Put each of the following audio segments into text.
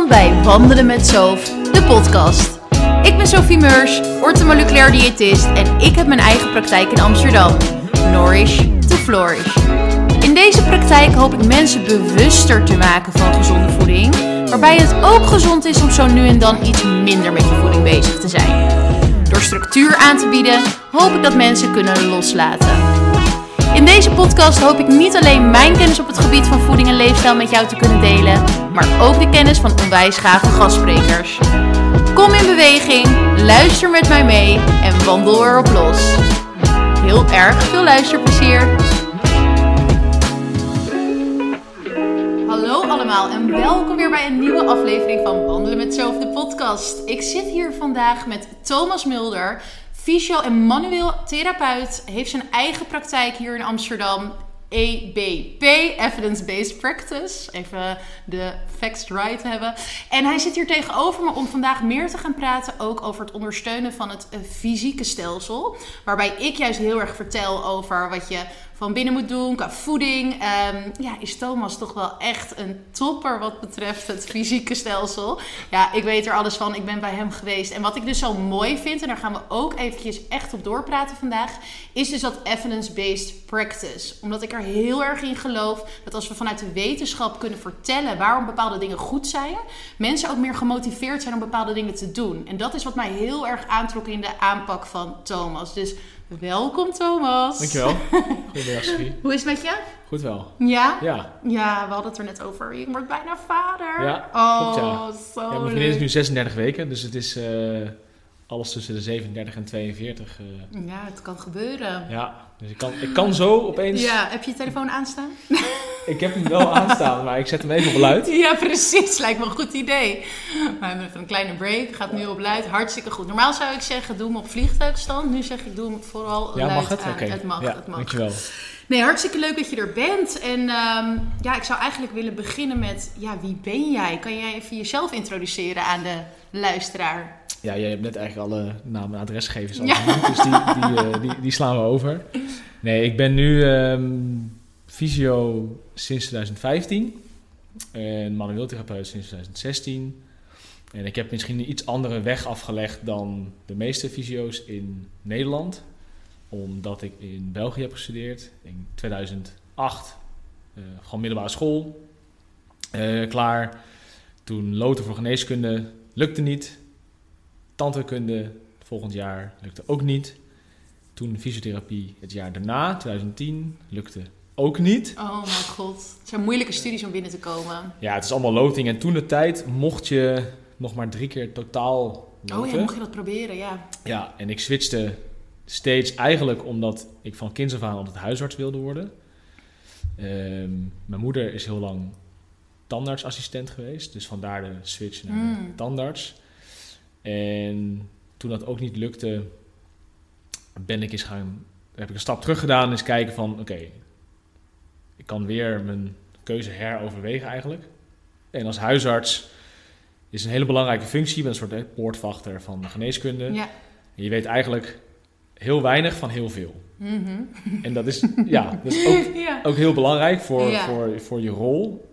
Welkom bij Wandelen met Sof, de podcast. Ik ben Sophie Meurs, orthomoleculair diëtist en ik heb mijn eigen praktijk in Amsterdam. Nourish to Flourish. In deze praktijk hoop ik mensen bewuster te maken van gezonde voeding, waarbij het ook gezond is om zo nu en dan iets minder met je voeding bezig te zijn. Door structuur aan te bieden, hoop ik dat mensen kunnen loslaten. In deze podcast hoop ik niet alleen mijn kennis op het gebied van voeding en leefstijl met jou te kunnen delen, maar ook de kennis van onwijs gave gastsprekers. Kom in beweging, luister met mij mee en wandel erop los. Heel erg veel luisterplezier. Hallo allemaal en welkom weer bij een nieuwe aflevering van Wandelen met Sof, de podcast. Ik zit hier vandaag met Thomas Mulder, fysio- en manueel therapeut, heeft zijn eigen praktijk hier in Amsterdam. EBP, Evidence Based Practice. Even de facts right hebben. En hij zit hier tegenover me om vandaag meer te gaan praten ook over het ondersteunen van het fysieke stelsel. Waarbij ik juist heel erg vertel over wat je van binnen moet doen qua voeding. Is Thomas toch wel echt een topper wat betreft het fysieke stelsel. Ja, ik weet er alles van. Ik ben bij hem geweest. En wat ik dus zo mooi vind, en daar gaan we ook eventjes echt op doorpraten vandaag, is dus dat evidence-based practice. Omdat ik er heel erg in geloof dat als we vanuit de wetenschap kunnen vertellen waarom bepaalde dingen goed zijn, mensen ook meer gemotiveerd zijn om bepaalde dingen te doen. En dat is wat mij heel erg aantrok in de aanpak van Thomas. Dus welkom Thomas. Dankjewel. Goedemiddag Sophie. Hoe is het met je? Goed wel. Ja? Ja. Ja, we hadden het er net over. Je wordt bijna vader. Ja, oh, klopt ja. Zo Ja, mijn leuk. vriendin is nu 36 weken, dus het is alles tussen de 37 en 42. Ja, het kan gebeuren. Ja, dus ik kan zo opeens... Ja, heb je je telefoon aanstaan? Ik heb hem wel aanstaan, maar ik zet hem even op luid. Ja, precies. Lijkt me een goed idee. We hebben even een kleine break. Gaat nu op luid. Hartstikke goed. Normaal zou ik zeggen, doe hem op vliegtuigstand. Nu zeg ik, doe hem vooral luid Mag het? aan. Oké. Het mag, Ja, het mag. dankjewel. Nee, hartstikke leuk dat je er bent. En ik zou eigenlijk willen beginnen met, wie ben jij? Kan jij even jezelf introduceren aan de luisteraar? Ja, jij hebt net eigenlijk alle namen en adresgegevens al genoemd, dus die slaan we over. Nee, ik ben nu fysio sinds 2015 en manueel therapeut sinds 2016. En ik heb misschien een iets andere weg afgelegd dan de meeste fysio's in Nederland, omdat ik in België heb gestudeerd. In 2008, gewoon middelbare school, klaar. Toen loten voor geneeskunde, lukte niet. Tandheelkunde volgend jaar lukte ook niet. Toen fysiotherapie het jaar daarna, 2010, lukte ook niet. Oh mijn god. Het zijn moeilijke studies om binnen te komen. Ja, het is allemaal loting. En toen de tijd mocht je nog maar 3 keer totaal loten. Oh ja, mocht je dat proberen, ja. Ja, en ik switchte steeds eigenlijk omdat ik van kinds af aan altijd huisarts wilde worden. Mijn moeder is heel lang tandartsassistent geweest. Dus vandaar de switch naar de tandarts. En toen dat ook niet lukte, heb ik een stap terug gedaan en eens kijken van, oké, ik kan weer mijn keuze heroverwegen eigenlijk. En als huisarts is een hele belangrijke functie, je bent een soort poortwachter van de geneeskunde. Ja. En je weet eigenlijk heel weinig van heel veel. Mm-hmm. En dat is, ook heel belangrijk voor je rol.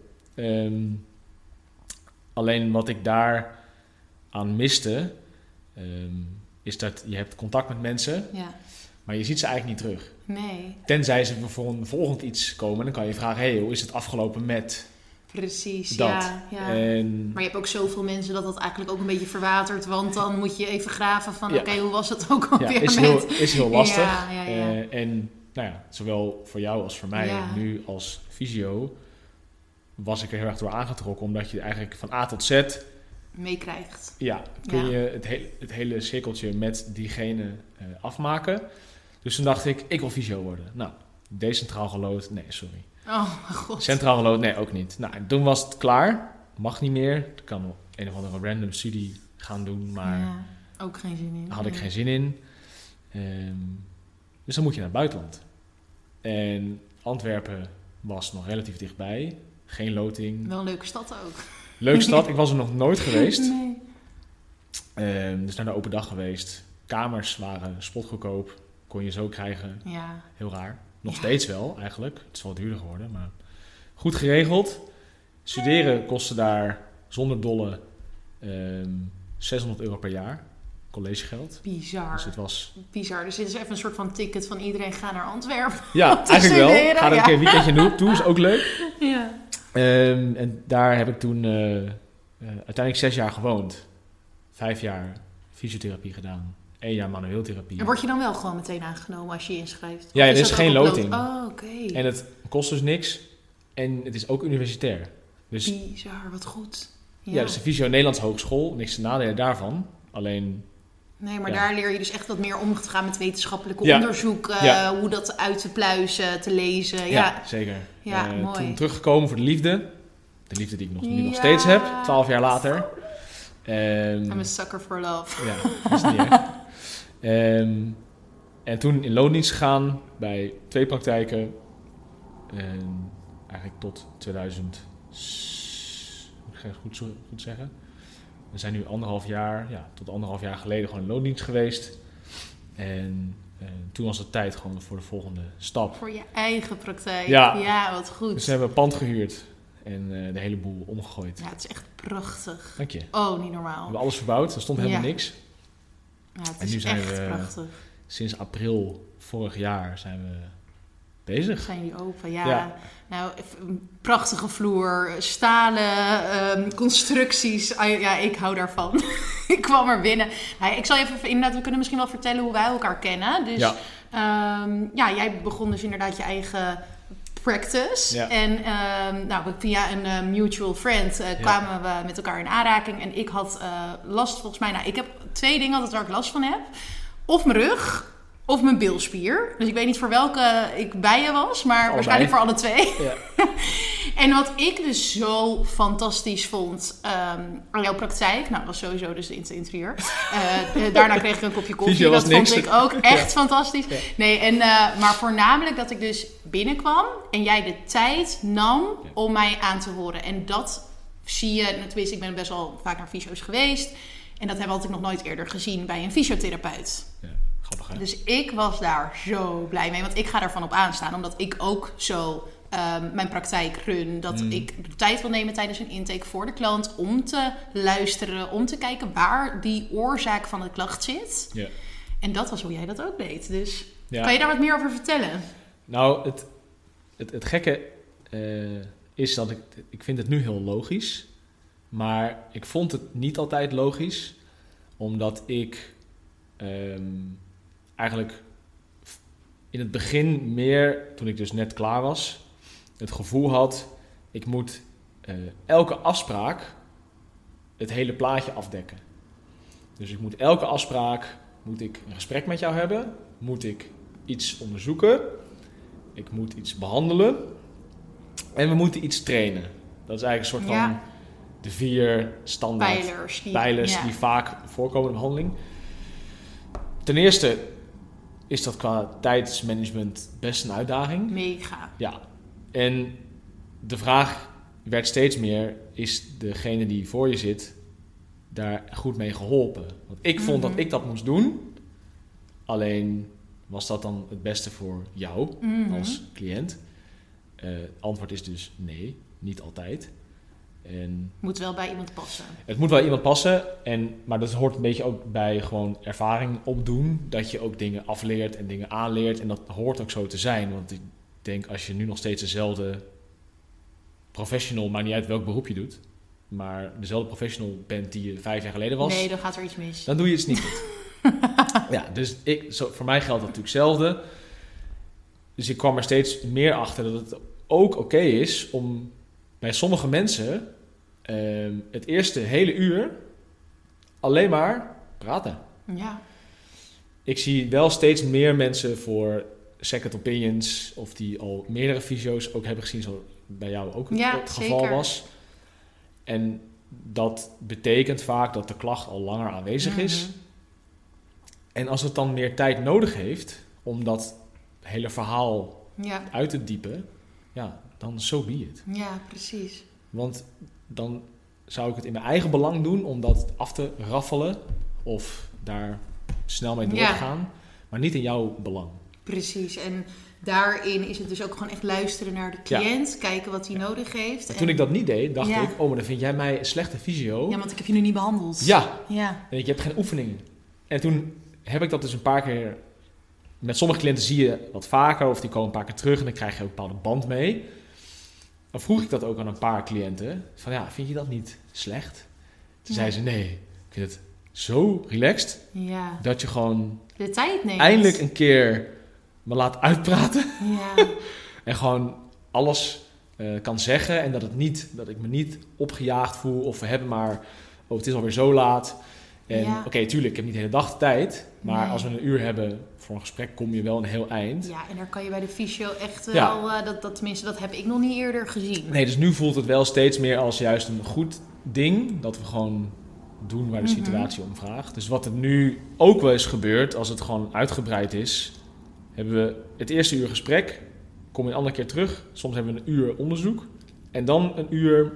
Alleen wat ik daar aan miste, is dat je hebt contact met mensen, maar je ziet ze eigenlijk niet terug. Nee. Tenzij ze voor een volgend iets komen, dan kan je vragen, hoe is het afgelopen met Precies, dat? ja. En, maar je hebt ook zoveel mensen dat eigenlijk ook een beetje verwatert, want dan moet je even graven van, oké, hoe was het ook alweer is heel lastig. Ja. En zowel voor jou als voor mij, nu als fysio, was ik er heel erg door aangetrokken, omdat je eigenlijk van A tot Z meekrijgt. Ja, kun je het hele cirkeltje met diegene afmaken. Dus toen dacht ik wil fysio worden. Nou, decentraal gelood, nee, sorry. Oh, god. Centraal gelood, nee, ook niet. Nou, en toen was het klaar. Mag niet meer. Ik kan nog een of andere random studie gaan doen, maar ook geen zin in. Had ik geen zin in. Dus dan moet je naar het buitenland. En Antwerpen was nog relatief dichtbij. Geen loting. Wel een leuke stad ook. Leuke stad, ik was er nog nooit geweest. Nee. Dus naar de open dag geweest. Kamers waren spotgoedkoop. Kon je zo krijgen. Ja. Heel raar. Nog steeds wel, eigenlijk. Het is wel duurder geworden, maar goed geregeld. Studeren kostte daar zonder dolle €600 per jaar. Collegegeld. Bizar. Dus het was... Bizar. Dus dit is even een soort van ticket van iedereen gaat naar Antwerpen. Ja, eigenlijk wel. Ga er een keer een weekendje toe. Is ook leuk. Ja. En daar heb ik toen uiteindelijk 6 jaar gewoond. 5 jaar fysiotherapie gedaan. 1 jaar manueeltherapie. En word je dan wel gewoon meteen aangenomen als je je inschrijft? Ja, er is geen loting. Oh, oké. En het kost dus niks. En het is ook universitair. Dus, bizar, wat goed. Ja, dus de Fysio Nederlandse Hogeschool. Niks te nadelen daarvan. Alleen... Nee, maar daar leer je dus echt wat meer om te gaan met wetenschappelijk Ja. onderzoek. Hoe dat uit te pluizen, te lezen. Ja, zeker. Ja, mooi. Toen teruggekomen voor de liefde. De liefde die ik nu nog steeds heb. 12 jaar later. I'm a sucker for love. Ja, dat is niet erg. En toen in loondienst gegaan bij 2 praktijken. Eigenlijk tot 2000... Moet ik goed zeggen. We zijn nu 1,5 jaar, tot 1,5 jaar geleden gewoon in loondienst geweest. En toen was het tijd gewoon voor de volgende stap. Voor je eigen praktijk. Ja, ja, wat goed. Dus we hebben een pand gehuurd en de hele boel omgegooid. Ja, het is echt prachtig. Dank je. Oh, niet normaal. We hebben alles verbouwd, er stond helemaal niks. Ja, het en is nu zijn echt we prachtig. Sinds april vorig jaar zijn we bezig. Zijn jullie open? Ja. Nou, prachtige vloer, stalen, constructies. Ja, ik hou daarvan. Ik kwam er binnen. Nou, ik zal je even inderdaad, we kunnen misschien wel vertellen hoe wij elkaar kennen. Dus jij begon dus inderdaad je eigen practice. Ja. En via een mutual friend kwamen we met elkaar in aanraking. En ik had last, volgens mij, ik heb 2 dingen altijd waar ik last van heb. Of mijn rug, of mijn bilspier. Dus ik weet niet voor welke ik bij je was, maar waarschijnlijk voor alle 2. Ja. En wat ik dus zo fantastisch vond aan jouw praktijk, dat was sowieso dus het interieur. Daarna kreeg ik een kopje koffie. Dat vond ik ook echt fantastisch. Ja. Nee, maar voornamelijk dat ik dus binnenkwam en jij de tijd nam om mij aan te horen. En dat zie je, tenminste, ik ben best wel vaak naar fysio's geweest. En dat had ik nog nooit eerder gezien bij een fysiotherapeut. Ja. Grappig, hè? Dus ik was daar zo blij mee. Want ik ga daarvan op aanstaan. Omdat ik ook zo mijn praktijk run. Dat ik de tijd wil nemen tijdens een intake voor de klant. Om te luisteren. Om te kijken waar die oorzaak van de klacht zit. Ja. En dat was hoe jij dat ook deed. Dus kan je daar wat meer over vertellen? Nou, het gekke is dat ik vind het nu heel logisch. Maar ik vond het niet altijd logisch. Omdat ik... eigenlijk in het begin meer, toen ik dus net klaar was, het gevoel had, ik moet elke afspraak het hele plaatje afdekken. Dus ik moet elke afspraak, moet ik een gesprek met jou hebben, moet ik iets onderzoeken, ik moet iets behandelen en we moeten iets trainen. Dat is eigenlijk een soort van de 4 standaard pijlers die vaak voorkomen in de behandeling. Ten eerste is dat qua tijdsmanagement best een uitdaging. Mega. Ja. En de vraag werd steeds meer, is degene die voor je zit daar goed mee geholpen? Want ik vond dat ik dat moest doen. Alleen was dat dan het beste voor jou als cliënt? Het antwoord is dus nee, niet altijd. Moet wel bij iemand passen. Het moet wel iemand passen, maar dat hoort een beetje ook bij gewoon ervaring opdoen. Dat je ook dingen afleert en dingen aanleert. En dat hoort ook zo te zijn. Want ik denk, als je nu nog steeds dezelfde professional, maakt niet uit welk beroep je doet, maar dezelfde professional bent die je 5 jaar geleden was. Nee, dan gaat er iets mis. Dan doe je het niet goed. Ja, dus voor mij geldt dat natuurlijk hetzelfde. Dus ik kwam er steeds meer achter dat het ook oké is om bij sommige mensen het eerste hele uur alleen maar praten. Ja. Ik zie wel steeds meer mensen voor second opinions, of die al meerdere fysio's ook hebben gezien, zoals bij jou ook het geval zeker was. En dat betekent vaak dat de klacht al langer aanwezig is. En als het dan meer tijd nodig heeft om dat hele verhaal uit te diepen, dan so be it. Ja, precies. Want dan zou ik het in mijn eigen belang doen om dat af te raffelen of daar snel mee door te gaan, maar niet in jouw belang. Precies. En daarin is het dus ook gewoon echt luisteren naar de cliënt. Kijken wat hij nodig heeft. En toen ik dat niet deed, dacht ik... Oh, maar dan vind jij mij een slechte fysio. Ja, want ik heb je nu niet behandeld. Ja. En je hebt geen oefeningen. En toen heb ik dat dus een paar keer... Met sommige cliënten zie je wat vaker. Of die komen een paar keer terug. En dan krijg je ook een bepaalde band mee. Dan vroeg ik dat ook aan een paar cliënten. Van vind je dat niet slecht? Toen zei ze, nee, ik vind het zo relaxed. Ja. Dat je gewoon de tijd neemt. Eindelijk een keer me laat uitpraten. Ja. En gewoon alles kan zeggen. En dat ik me niet opgejaagd voel. Of we hebben maar, het is alweer zo laat. En oké, tuurlijk, ik heb niet de hele dag de tijd. Maar als we een uur hebben voor een gesprek, kom je wel een heel eind. Ja, en daar kan je bij de fysio echt wel... Tenminste, dat heb ik nog niet eerder gezien. Nee, dus nu voelt het wel steeds meer als juist een goed ding. Dat we gewoon doen waar de situatie om vraagt. Dus wat er nu ook wel eens gebeurt, als het gewoon uitgebreid is... hebben we het eerste uur gesprek, kom je een andere keer terug. Soms hebben we een uur onderzoek. En dan een uur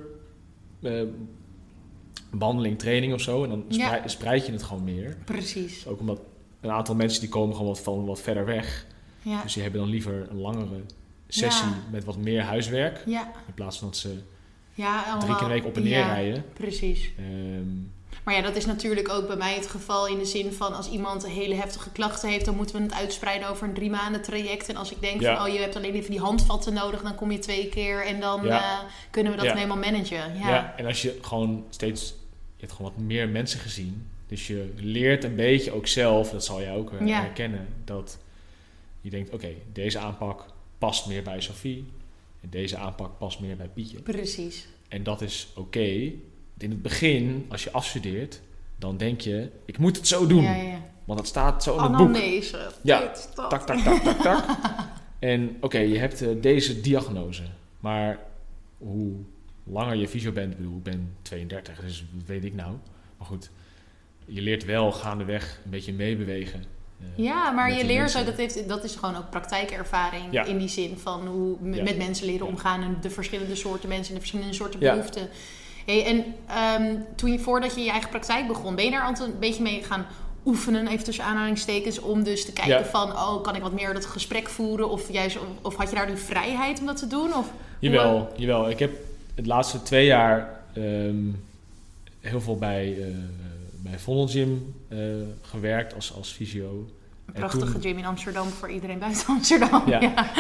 behandeling, training of zo. En dan spreid je het gewoon meer. Precies. Ook omdat een aantal mensen die komen gewoon wat verder weg. Ja. Dus die hebben dan liever een langere sessie met wat meer huiswerk. Ja. In plaats van dat ze 3 keer een week op en neer rijden. Precies. Maar dat is natuurlijk ook bij mij het geval in de zin van... als iemand hele heftige klachten heeft... dan moeten we het uitspreiden over een 3 maanden traject. En als ik denk van, je hebt alleen even die handvatten nodig... dan kom je 2 keer en dan kunnen we dat helemaal managen. Ja, en als je gewoon steeds... je hebt gewoon wat meer mensen gezien. Dus je leert een beetje ook zelf... dat zal jij ook herkennen... dat je denkt, oké, deze aanpak past meer bij Sophie... en deze aanpak past meer bij Pietje. Precies. En dat is oké. In het begin, als je afstudeert, dan denk je... ik moet het zo doen. Ja. Want het staat zo in het boek. Anamnese. Ja, tak. En oké, je hebt deze diagnose. Maar hoe langer je fysio bent... ik ben 32, dus dat weet ik nou. Maar goed, je leert wel gaandeweg een beetje meebewegen. Maar je leert ook, dat is gewoon ook praktijkervaring in die zin van hoe met mensen leren omgaan en de verschillende soorten mensen en de verschillende soorten behoeften. Hey, en voordat je je eigen praktijk begon, ben je daar altijd een beetje mee gaan oefenen, even tussen aanhalingstekens, om dus te kijken van, kan ik wat meer dat gesprek voeren of had je daar die vrijheid om dat te doen? Of, Jawel. Ik heb het laatste 2 jaar heel veel bij Vondel Gym gewerkt als fysio. Een prachtige gym in Amsterdam voor iedereen buiten Amsterdam. Ja.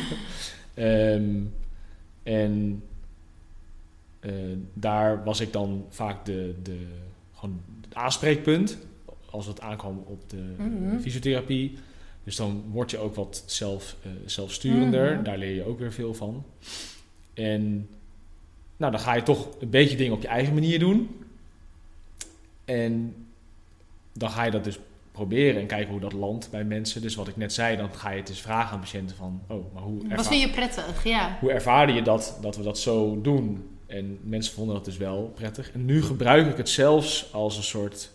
Daar was ik dan vaak gewoon het aanspreekpunt als het aankwam op de fysiotherapie. Dus dan word je ook wat zelfsturender. Daar leer je ook weer veel van. En dan ga je toch een beetje dingen op je eigen manier doen. En dan ga je dat dus proberen en kijken hoe dat landt bij mensen. Dus wat ik net zei, dan ga je het dus vragen aan patiënten van... maar wat vind je prettig? Ja. Hoe ervaarde je dat we dat zo doen? En mensen vonden dat dus wel prettig. En nu gebruik ik het zelfs als een soort...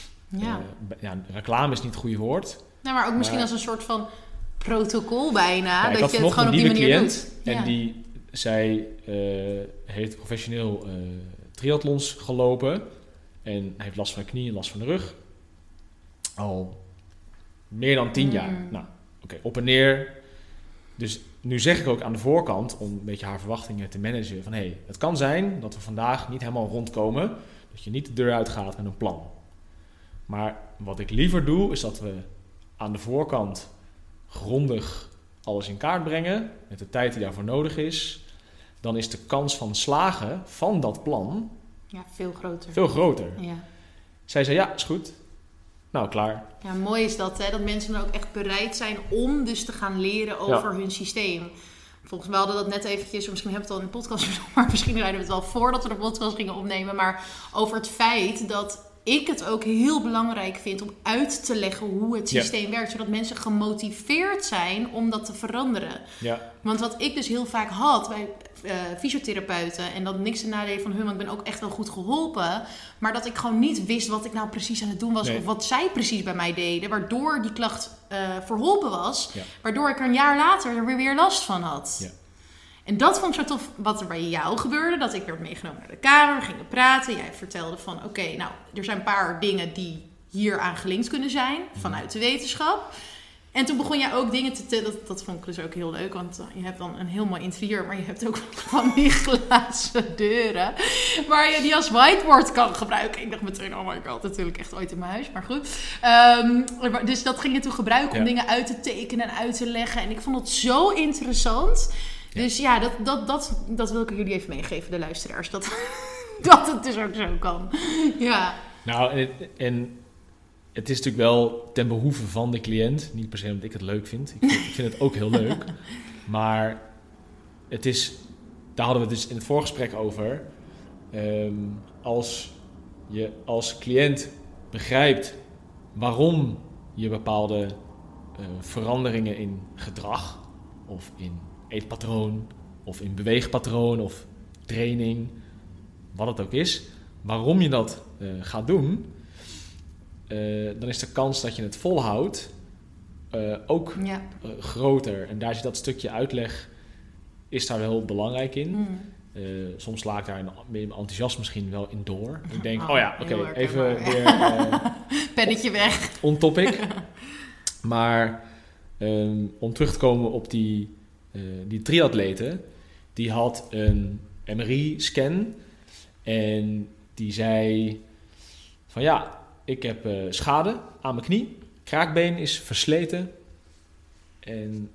reclame is niet het goede woord. Maar ook misschien als een soort van protocol bijna. Dat je het gewoon op die manier doet. En zij heeft professioneel triathlons gelopen... En hij heeft last van de knie en last van de rug. Al meer dan 10 jaar. Op en neer. Dus nu zeg ik ook aan de voorkant... om een beetje haar verwachtingen te managen... van het kan zijn dat we vandaag niet helemaal rondkomen... dat je niet de deur uitgaat met een plan. Maar wat ik liever doe... is dat we aan de voorkant... grondig alles in kaart brengen... met de tijd die daarvoor nodig is... dan is de kans van slagen van dat plan... veel groter. Ja. Zij zei, is goed. Nou, klaar. Ja, mooi is dat, hè? Dat mensen dan ook echt bereid zijn om dus te gaan leren over hun systeem. Volgens mij hadden we dat net eventjes, misschien hebben we het al in de podcast, maar misschien rijden we het wel voordat we de podcast gingen opnemen. Maar over het feit dat ik het ook heel belangrijk vind om uit te leggen hoe het systeem werkt. Zodat mensen gemotiveerd zijn om dat te veranderen. Ja. Want wat ik dus heel vaak had bij fysiotherapeuten. En dat niks te nadelen van hun, want ik ben ook echt wel goed geholpen. Maar dat ik gewoon niet wist wat ik nou precies aan het doen was. Nee. Of wat zij precies bij mij deden. Waardoor die klacht verholpen was. Ja. Waardoor ik er een jaar later er weer last van had. Ja. En dat vond ik zo tof wat er bij jou gebeurde. Dat ik werd meegenomen naar de kamer, we gingen praten. Jij vertelde van er zijn een paar dingen die hier aan gelinkt kunnen zijn. Vanuit de wetenschap. En toen begon jij ook dingen dat vond ik dus ook heel leuk, want je hebt dan een heel mooi interieur, maar je hebt ook van die glazen deuren, waar je die als whiteboard kan gebruiken. Ik dacht meteen, oh my god, natuurlijk echt ooit in mijn huis, maar goed. Dus dat ging je toen gebruiken om dingen uit te tekenen en uit te leggen. En ik vond het zo interessant. Ja. Dus ja, dat wil ik jullie even meegeven, de luisteraars. Dat het dus ook zo kan. Ja. Nou, en het is natuurlijk wel ten behoeve van de cliënt. Niet per se omdat ik het leuk vind. Ik vind het ook heel leuk. Maar het is... Daar hadden we het dus in het voorgesprek over. Als je als cliënt begrijpt waarom je bepaalde veranderingen in gedrag of in eetpatroon of in beweegpatroon of training, wat het ook is, waarom je dat gaat doen, dan is de kans dat je het volhoudt ook groter. En daar zit dat stukje uitleg, is daar wel heel belangrijk in. Soms sla ik daar met enthousiast misschien wel in door. Ik denk, oké, even weer... pennetje weg. On topic. Maar om terug te komen op die triatlete, die had een MRI-scan en die zei van ik heb schade aan mijn knie. Kraakbeen is versleten en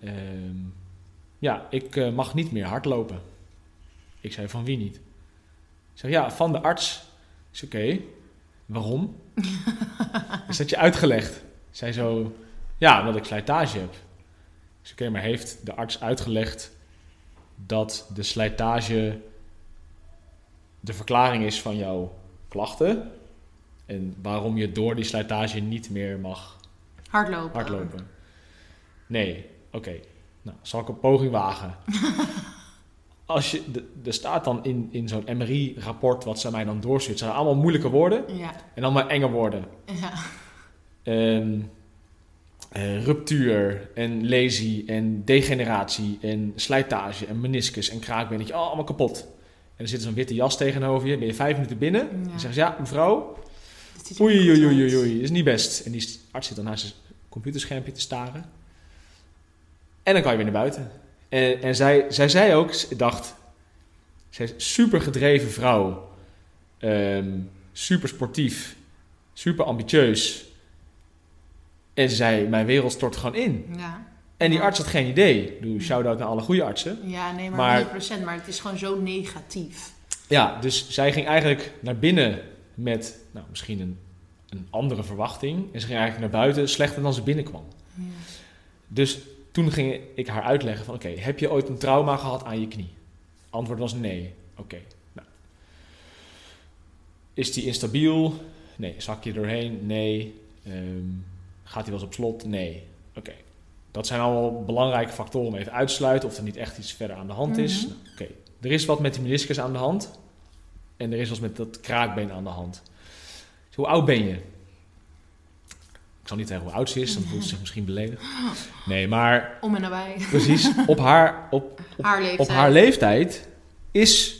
ik mag niet meer hardlopen. Ik zei, van wie niet? Ik zeg, van de arts. Ik zei, oké, waarom? Is dat je uitgelegd? Zij zo, omdat ik slijtage heb. Ik zei, oké, maar heeft de arts uitgelegd dat de slijtage de verklaring is van jouw klachten en waarom je door die slijtage niet meer mag hardlopen? Nee, oké. Nou, zal ik een poging wagen? Er staat dan in zo'n MRI-rapport wat ze mij dan doorstuurt, zijn allemaal moeilijke woorden en allemaal enge woorden. Ruptuur en lesie en degeneratie en slijtage en meniscus en kraakbeen, allemaal kapot. En er zit zo'n witte jas tegenover je, ben je 5 minuten binnen. En dan zeggen ze, mevrouw, oei, is niet best. En die arts zit dan naast zijn computerschermpje te staren. En dan kan je weer naar buiten. En zij zei ook, zij is super gedreven vrouw, super sportief, super ambitieus. En ze zei, mijn wereld stort gewoon in. Ja. En die arts had geen idee. Shout-out naar alle goede artsen. Ja, nee, maar 100%. Maar het is gewoon zo negatief. Ja, dus zij ging eigenlijk naar binnen met misschien een andere verwachting. En ze ging eigenlijk naar buiten slechter dan ze binnenkwam. Ja. Dus toen ging ik haar uitleggen van, oké, heb je ooit een trauma gehad aan je knie? Antwoord was nee. Oké. Nou. Is die instabiel? Nee. Zak je doorheen? Nee. Gaat hij wel eens op slot? Nee. Oké. Dat zijn allemaal belangrijke factoren om even uit te sluiten of er niet echt iets verder aan de hand is. Mm-hmm. Oké. Er is wat met die meniscus aan de hand. En er is wat met dat kraakbeen aan de hand. Dus hoe oud ben je? Ik zal niet zeggen hoe oud ze is, dan voelt ze zich misschien beledigd. Nee, maar... Om en nabij. Precies. Op haar leeftijd is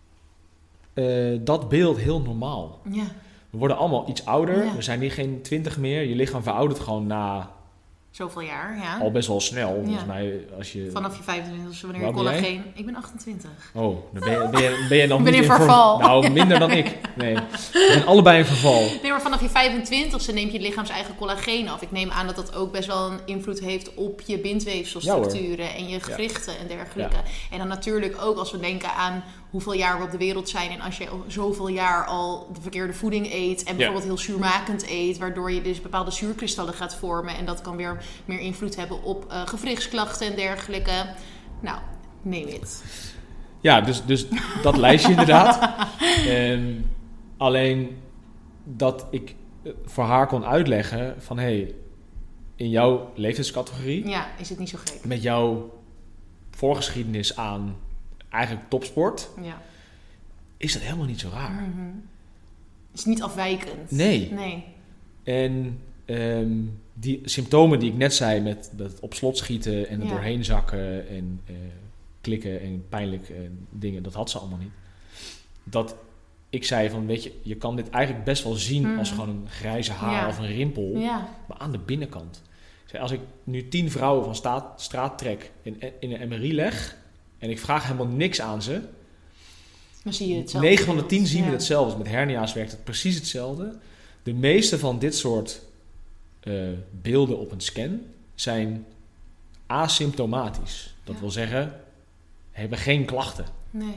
dat beeld heel normaal. Ja. We worden allemaal iets ouder. Ja. We zijn geen 20 meer. Je lichaam veroudert gewoon na... Zoveel jaar, ja. Al best wel snel. Volgens mij, als je... Vanaf je 25, wanneer je collageen... Ik ben 28. Oh, dan ben je nog niet in verval. Nou, minder dan ik. Nee, we zijn allebei in verval. Nee, maar vanaf je 25 neemt je lichaams eigen collageen af. Ik neem aan dat dat ook best wel een invloed heeft op je bindweefselstructuren en je gewrichten en dergelijke. Ja. En dan natuurlijk ook als we denken aan hoeveel jaar we op de wereld zijn. En als je zoveel jaar al de verkeerde voeding eet en bijvoorbeeld heel zuurmakend eet, waardoor je dus bepaalde zuurkristallen gaat vormen. En dat kan weer meer invloed hebben op gewrichtsklachten en dergelijke. Nou, neem het. Ja, dus dat lijstje inderdaad. Alleen dat ik voor haar kon uitleggen van in jouw leeftijdscategorie... Ja, is het niet zo gek. Met jouw voorgeschiedenis aan eigenlijk topsport... Ja. Is dat helemaal niet zo raar. Mm-hmm. Het is niet afwijkend. Nee. En die symptomen die ik net zei met het op slot schieten en er doorheen zakken en klikken en pijnlijk dingen, dat had ze allemaal niet. Dat ik zei van, weet je kan dit eigenlijk best wel zien als gewoon een grijze haar of een rimpel, maar aan de binnenkant. Als ik nu 10 vrouwen van straat trek in een MRI leg en ik vraag helemaal niks aan ze, dan zie je hetzelfde. 9 van de 10 zien we hetzelfde. Dus met hernia's werkt het precies hetzelfde. De meeste van dit soort beelden op een scan zijn asymptomatisch. Dat wil zeggen, hebben geen klachten. Nee.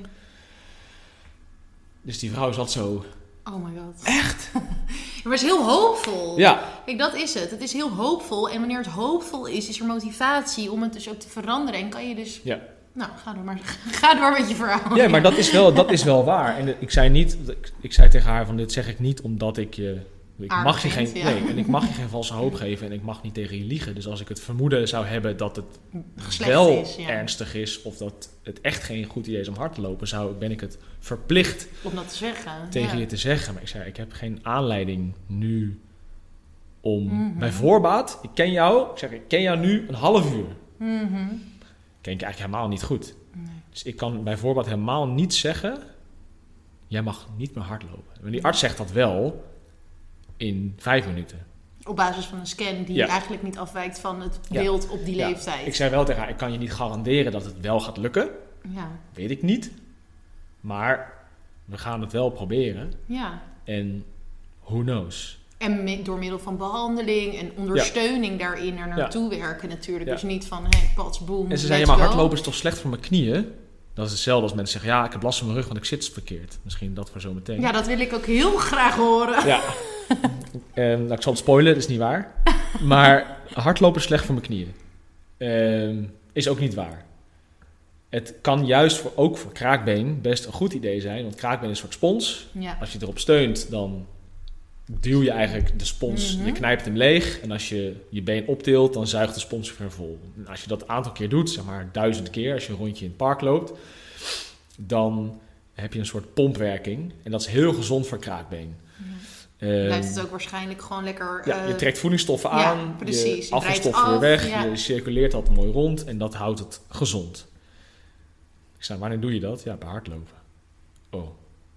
Dus die vrouw zat zo... Oh my god. Echt? Maar het is heel hoopvol. Ja. Kijk, dat is het. Het is heel hoopvol. En wanneer het hoopvol is er motivatie om het dus ook te veranderen. En kan je dus... Ja. Nou, ga door met je verhaal. Ja, maar dat is wel waar. En ik zei tegen haar van, dit zeg ik niet omdat ik je... Ik mag je geen valse hoop geven en ik mag niet tegen je liegen. Dus als ik het vermoeden zou hebben dat het Slecht wel is, ernstig is... of dat het echt geen goed idee is om hard te lopen... ben ik het verplicht om dat te zeggen. Tegen je te zeggen. Maar ik zei, ik heb geen aanleiding nu om... Bij voorbaat, ik ken jou nu een half uur. Ken ik eigenlijk helemaal niet goed. Nee. Dus ik kan bij voorbaat helemaal niet zeggen... jij mag niet meer hardlopen. Maar die arts zegt dat wel... in 5 minuten. Op basis van een scan die eigenlijk niet afwijkt van het beeld op die leeftijd. Ik zei wel tegen haar, ik kan je niet garanderen dat het wel gaat lukken. Ja. Weet ik niet. Maar we gaan het wel proberen. Ja. En who knows. En door middel van behandeling en ondersteuning daarin er naartoe werken natuurlijk. Ja. Dus niet van, pats, boom, en ze zei, maar hardlopen is toch slecht voor mijn knieën? Dat is hetzelfde als mensen zeggen, ik heb last van mijn rug, want ik zit verkeerd. Misschien dat voor zo meteen. Ja, dat wil ik ook heel graag horen. Ja. Ik zal het spoilen, dat is niet waar. Maar hardlopen is slecht voor mijn knieën. Is ook niet waar. Het kan juist ook voor kraakbeen best een goed idee zijn. Want kraakbeen is een soort spons. Ja. Als je erop steunt, dan duw je eigenlijk de spons, je knijpt hem leeg. En als je je been optilt, dan zuigt de spons weer vol. En als je dat een aantal keer doet, zeg maar 1000 keer, als je een rondje in het park loopt, dan heb je een soort pompwerking. En dat is heel gezond voor kraakbeen. Blijft het ook waarschijnlijk gewoon lekker... je trekt voedingsstoffen aan, ja, precies. Je afvalstoffen weer weg, je circuleert dat mooi rond en dat houdt het gezond. Ik zei, wanneer doe je dat? Ja, bij hardlopen. Oh.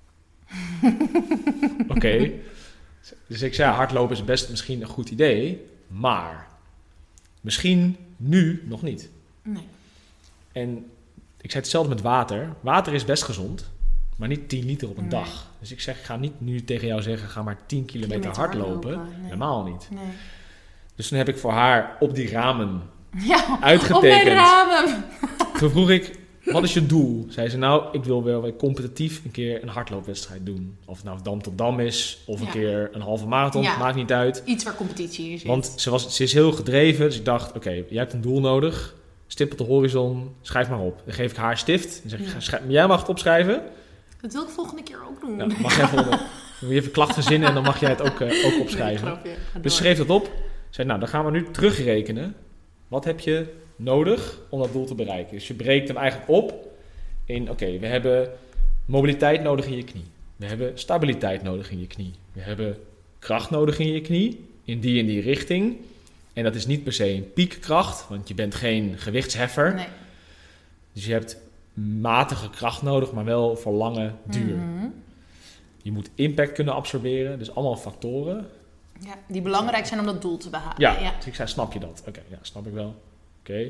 Oké. Dus ik zei, hardlopen is best misschien een goed idee, maar misschien nu nog niet. Nee. En ik zei hetzelfde met water. Water is best gezond, maar niet 10 liter op een dag. Dus ik zeg, ik ga niet nu tegen jou zeggen, ga maar 10 kilometer hardlopen. Nee. Helemaal niet. Nee. Dus toen heb ik voor haar op die ramen uitgetekend. Op mijn ramen! Toen vroeg ik, wat is je doel? Zei ze, nou, ik wil wel competitief een keer een hardloopwedstrijd doen. Of het nou Dam tot Dam is, of een keer een halve marathon, maakt niet uit. Iets waar competitie is. Want ze is heel gedreven, dus ik dacht, oké, jij hebt een doel nodig. Stip op de horizon, schrijf maar op. Dan geef ik haar stift. Dan zeg ik, jij mag het opschrijven. Dat wil ik volgende keer ook doen. Nou, mag jij even klachten verzinnen en dan mag jij het ook opschrijven. Nee, dus schreef dat op. Zei, nou, dan gaan we nu terugrekenen. Wat heb je nodig om dat doel te bereiken? Dus je breekt hem eigenlijk op in, oké, we hebben mobiliteit nodig in je knie. We hebben stabiliteit nodig in je knie. We hebben kracht nodig in je knie, in die richting. En dat is niet per se een piekkracht, want je bent geen gewichtsheffer. Nee. Dus je hebt matige kracht nodig, maar wel voor lange duur. Je moet impact kunnen absorberen, dus allemaal factoren. Ja, die belangrijk zijn om dat doel te behalen. Ja. Dus ik zei, snap je dat? Oké, ja, snap ik wel. Oké.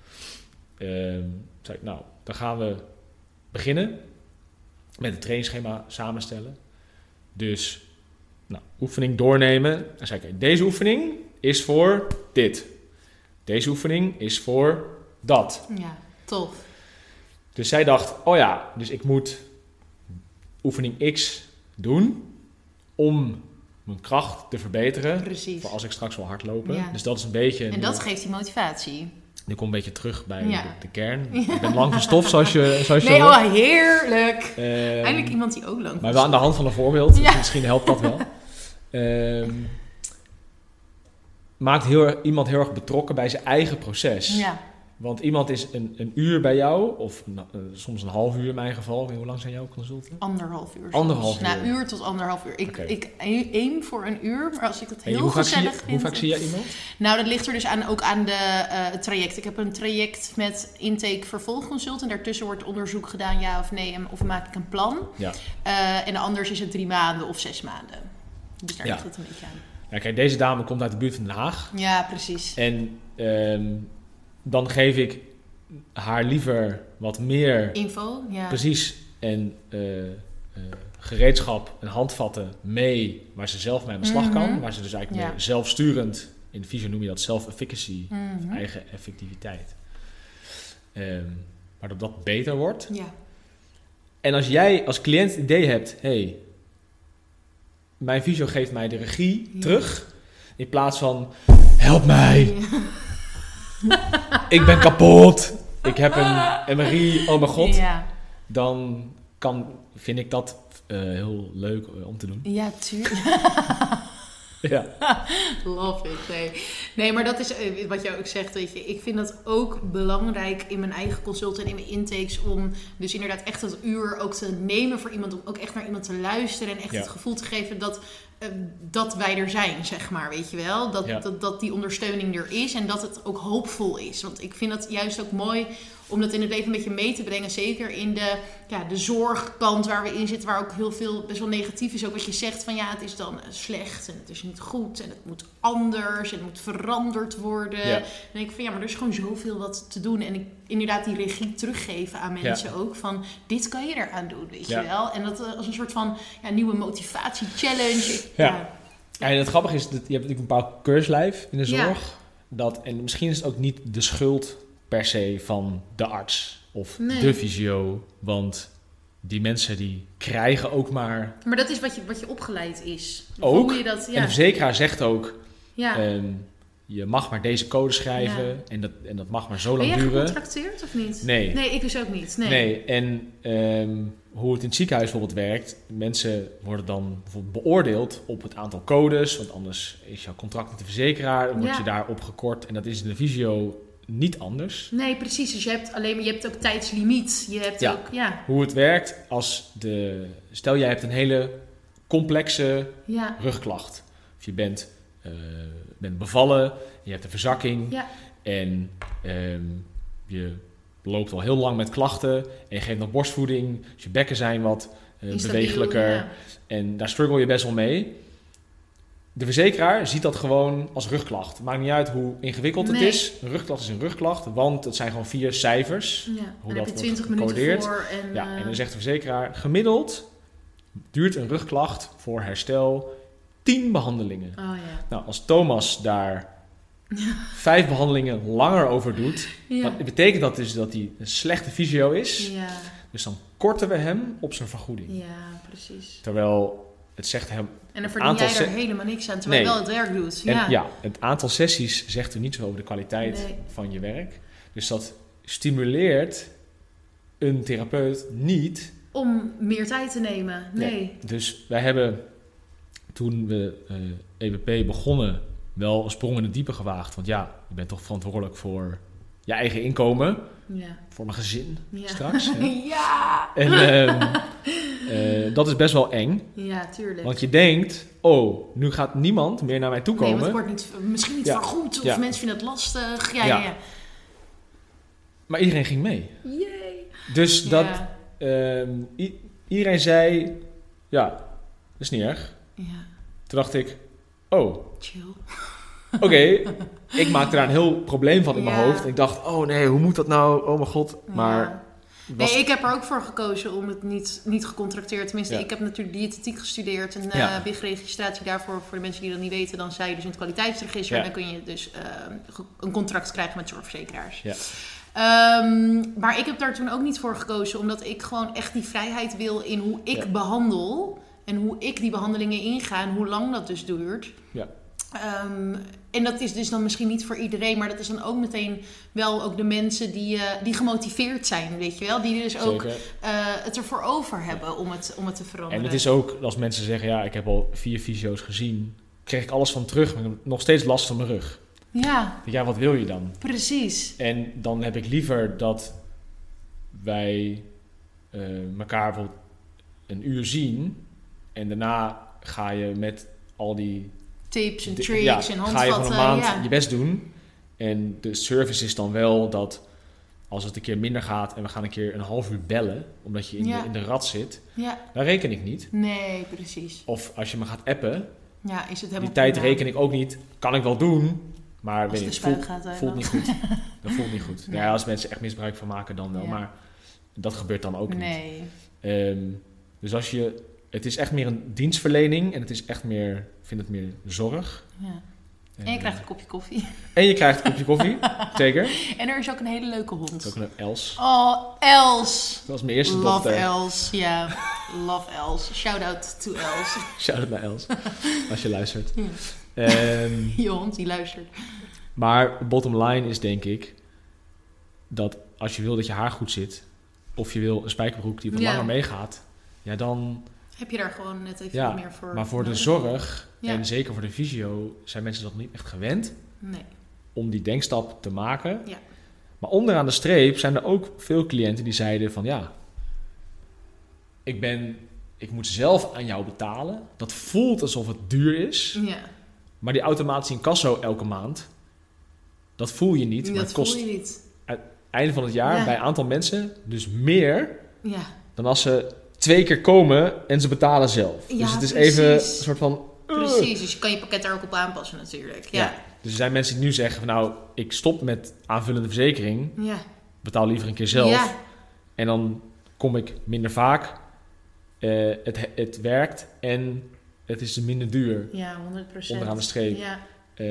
Zei ik, nou, dan gaan we beginnen met het trainingsschema samenstellen. Dus, nou, oefening doornemen. Dan zei ik, deze oefening is voor dit. Deze oefening is voor dat. Ja, tof. Dus zij dacht, dus ik moet oefening X doen om mijn kracht te verbeteren. Precies. Voor als ik straks wil hardlopen. Ja. Dus dat is een beetje... En dat geeft die motivatie. Nu kom een beetje terug bij de kern. Ik ben lang van stof, zoals je heerlijk. Eindelijk iemand die ook lang maar wel aan de hand van een voorbeeld. Ja. Misschien helpt dat wel. Maakt iemand heel erg betrokken bij zijn eigen proces. Ja. Want iemand is een uur bij jou, of soms een half uur in mijn geval. Hoe lang zijn jouw consulten? 1,5 uur. 1,5 uur. Uur tot 1,5 uur. Ik aim voor een uur, maar als ik het heel gezellig vind... Hoe vaak zie jij iemand? Nou, dat ligt er dus ook aan het traject. Ik heb een traject met intake vervolgconsult. En daartussen wordt onderzoek gedaan, ja of nee. Of maak ik een plan. Ja. En anders is het 3 maanden of 6 maanden. Dus daar ligt het een beetje aan. Ja, kijk, deze dame komt uit de buurt van Den Haag. Ja, precies. En dan geef ik haar liever wat meer... Info, ja. Precies. En gereedschap en handvatten mee waar ze zelf mee aan de slag kan. Waar ze dus eigenlijk meer zelfsturend... In de visio noem je dat self-efficacy. Of eigen effectiviteit. Maar dat beter wordt. Ja. En als jij als cliënt het idee hebt... Hey, mijn visio geeft mij de regie terug. In plaats van... Help mij! Ja. Ik ben kapot! Ik heb een MRI, oh mijn god. Ja. Dan vind ik dat heel leuk om te doen. Ja, tuurlijk. Ja. Love it. Nee, maar dat is wat jij ook zegt. Weet je, ik vind dat ook belangrijk in mijn eigen consult en in mijn intakes. Om dus inderdaad echt dat uur ook te nemen voor iemand. Om ook echt naar iemand te luisteren. En echt het gevoel te geven dat wij er zijn, zeg maar. Weet je wel? Dat die ondersteuning er is. En dat het ook hoopvol is. Want ik vind dat juist ook mooi om dat in het leven een beetje mee te brengen. Zeker in de zorgkant waar we in zitten. Waar ook heel veel best wel negatief is. Ook wat je zegt van het is dan slecht. En het is niet goed. En het moet anders. En het moet veranderd worden. Ja. En dan denk ik van maar er is gewoon zoveel wat te doen. En inderdaad die regie teruggeven aan mensen ook. Van dit kan je eraan doen, weet je wel. En dat als een soort van nieuwe motivatie, challenge. En het grappige is, dat je hebt natuurlijk een bepaald keurslijf in de zorg. En misschien is het ook niet de schuld per se van de arts of de visio. Want die mensen die krijgen ook maar... Maar dat is wat je opgeleid is. Ook. Hoe je dat, en de verzekeraar zegt ook... je mag maar deze code schrijven en dat mag maar zo lang duren. Ben jij gecontracteerd of niet? Nee. Nee, ik dus ook niet. Nee. En hoe het in het ziekenhuis bijvoorbeeld werkt... Mensen worden dan bijvoorbeeld beoordeeld op het aantal codes... want anders is jouw contract met de verzekeraar... dan word je daarop gekort. En dat is in de visio niet anders. Nee, precies. Dus je hebt ook tijdslimiet. Je hebt ook, Hoe het werkt als stel jij hebt een hele complexe rugklacht. Of je bent bevallen, je hebt een verzakking en je loopt al heel lang met klachten en je geeft nog borstvoeding, dus je bekken zijn wat bewegelijker en daar struggle je best wel mee. De verzekeraar ziet dat gewoon als rugklacht. Maakt niet uit hoe ingewikkeld het is. Een rugklacht is een rugklacht, want het zijn gewoon 4 cijfers. Ja, hoe dat heb je 20 minuten voor. En dan zegt de verzekeraar, gemiddeld duurt een rugklacht voor herstel 10 behandelingen. Oh, ja. Nou, als Thomas daar 5 behandelingen langer over doet, dan betekent dat dus dat hij een slechte visio is. Ja. Dus dan korten we hem op zijn vergoeding. Ja, precies. Terwijl het zegt hem... En dan verdien jij er helemaal niks aan, terwijl je wel het werk doet. En het aantal sessies zegt er niet zo over de kwaliteit van je werk. Dus dat stimuleert een therapeut niet... Om meer tijd te nemen. Nee. Dus wij hebben, toen we EBP begonnen, wel een sprong in het diepe gewaagd. Want je bent toch verantwoordelijk voor je eigen inkomen. Ja. Voor mijn gezin straks. Ja! En dat is best wel eng. Ja, tuurlijk. Want je denkt, nu gaat niemand meer naar mij toe komen. Nee, want het wordt misschien niet vergoed. Of mensen vinden het lastig. Ja. Maar iedereen ging mee. Jee. Dus iedereen zei, dat is niet erg. Ja. Toen dacht ik, chill. Oké, ik maakte daar een heel probleem van in mijn hoofd. Ik dacht, hoe moet dat nou? Oh mijn god. Maar ik heb er ook voor gekozen om het niet gecontracteerd. Tenminste, ik heb natuurlijk diëtetiek gestudeerd. En BIG-registratie daarvoor, voor de mensen die dat niet weten, dan sta je dus in het kwaliteitsregister. En dan kun je dus een contract krijgen met zorgverzekeraars. Ja. Maar ik heb daar toen ook niet voor gekozen, omdat ik gewoon echt die vrijheid wil in hoe ik behandel. En hoe ik die behandelingen inga en hoe lang dat dus duurt. Ja. En dat is dus dan misschien niet voor iedereen, maar dat is dan ook meteen wel ook de mensen die gemotiveerd zijn, weet je wel. Die dus ook het ervoor over hebben om het te veranderen. En het is ook, als mensen zeggen, ik heb al 4 fysio's gezien, kreeg ik alles van terug, maar ik heb nog steeds last van mijn rug. Ja, wat wil je dan? Precies. En dan heb ik liever dat wij elkaar bijvoorbeeld een uur zien en daarna ga je met al die tips en tricks en handvatten. Ga je gewoon een maand je best doen. En de service is dan wel dat als het een keer minder gaat en we gaan een keer een half uur bellen, omdat je in de rat zit, daar reken ik niet. Nee, precies. Of als je me gaat appen, Ja, is het helemaal Die tijd prima. reken ik ook niet. Kan ik wel doen, maar Als weet de niet, spuit gaat. voelt niet goed. Dat voelt niet goed. Nee. Ja, als mensen echt misbruik van maken, dan wel. Ja. Maar dat gebeurt dan ook niet. Nee. Dus het is echt meer een dienstverlening en het is echt meer, ik vind het meer zorg. Ja. En je krijgt een kopje koffie. En je krijgt een kopje koffie, zeker. En er is ook een hele leuke Dat is hond. ook een Els. Oh, Els. Dat was mijn eerste Love dochter. Els, ja. Love Els. Shout out to Els. Shout-out naar Els, als je luistert. Ja. Je hond die luistert. Maar bottom line is denk ik dat als je wil dat je haar goed zit, of je wil een spijkerbroek die wat Ja. langer meegaat, ja dan... Heb je daar gewoon net even Ja, meer voor maar voor de nodig? zorg, Ja. en zeker voor de fysio, zijn mensen dat niet echt gewend Nee. om die denkstap te maken. Ja. Maar onderaan de streep zijn er ook veel cliënten die zeiden van ja, ik moet zelf aan jou betalen. Dat voelt alsof het duur is, Ja. maar die automatische incasso elke maand, dat voel je niet. Maar Dat het kost voel je niet. einde van het jaar Ja. bij een aantal mensen dus meer Ja. dan als ze 2 keer komen en ze betalen zelf. Ja, dus het is precies. even een soort van... Precies, dus je kan je pakket daar ook op aanpassen natuurlijk. Ja. Ja. Dus er zijn mensen die nu zeggen van nou, ik stop met aanvullende verzekering, Ja. betaal liever een keer zelf. Ja. En dan kom ik minder vaak. Het werkt en het is minder duur Ja, 100%. onderaan de streep. Ja.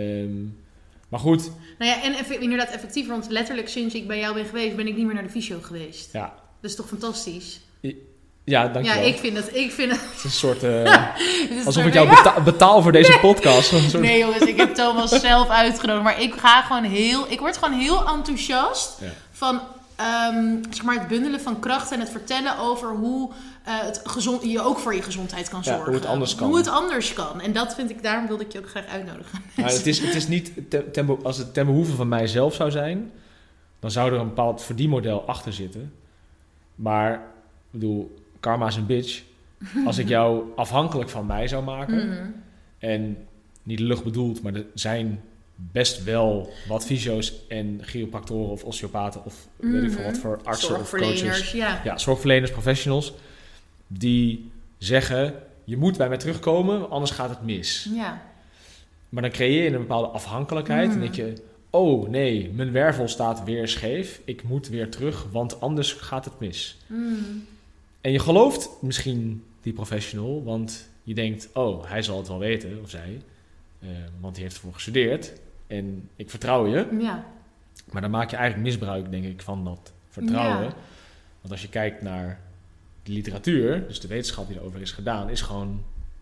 Maar goed, Nou ja, en inderdaad effectief, want letterlijk sinds ik bij jou ben geweest, ben ik niet meer naar de fysio geweest. ja, Dat is toch fantastisch? ja dankjewel. Ja, ik vind het. Het is een soort... Het is alsof een ik jou betaal voor deze podcast. Een soort... Nee jongens, ik heb Thomas zelf uitgenodigd. Maar ik word gewoon heel enthousiast Ja. van zeg maar het bundelen van krachten en het vertellen over hoe je ook voor je gezondheid kan Ja, zorgen. hoe het anders kan. Hoe het anders kan. En dat vind ik, daarom wilde ik je ook graag uitnodigen. Maar het is niet... Als het ten behoeve van mijzelf zou zijn, dan zou er een bepaald verdienmodel achter zitten. Maar, ik bedoel, karma is een bitch. Als ik jou afhankelijk van mij zou maken, Mhm. en niet lucht bedoeld, maar er zijn best wel wat fysio's en chiropractoren of osteopaten of weet ik veel wat voor artsen of Zorgverleners, coaches. ja. Ja, zorgverleners, professionals, die zeggen, je moet bij mij terugkomen, anders gaat het mis. Ja. Maar dan creëer je een bepaalde afhankelijkheid en denk je, oh nee, mijn wervel staat weer scheef, ik moet weer terug, want anders gaat het mis. Mm. En je gelooft misschien die professional, want je denkt, oh, hij zal het wel weten, of zij, want hij heeft ervoor gestudeerd en ik vertrouw je. Ja. Maar dan maak je eigenlijk misbruik, denk ik, van dat vertrouwen. Ja. Want als je kijkt naar de literatuur, dus de wetenschap die erover is gedaan, is gewoon,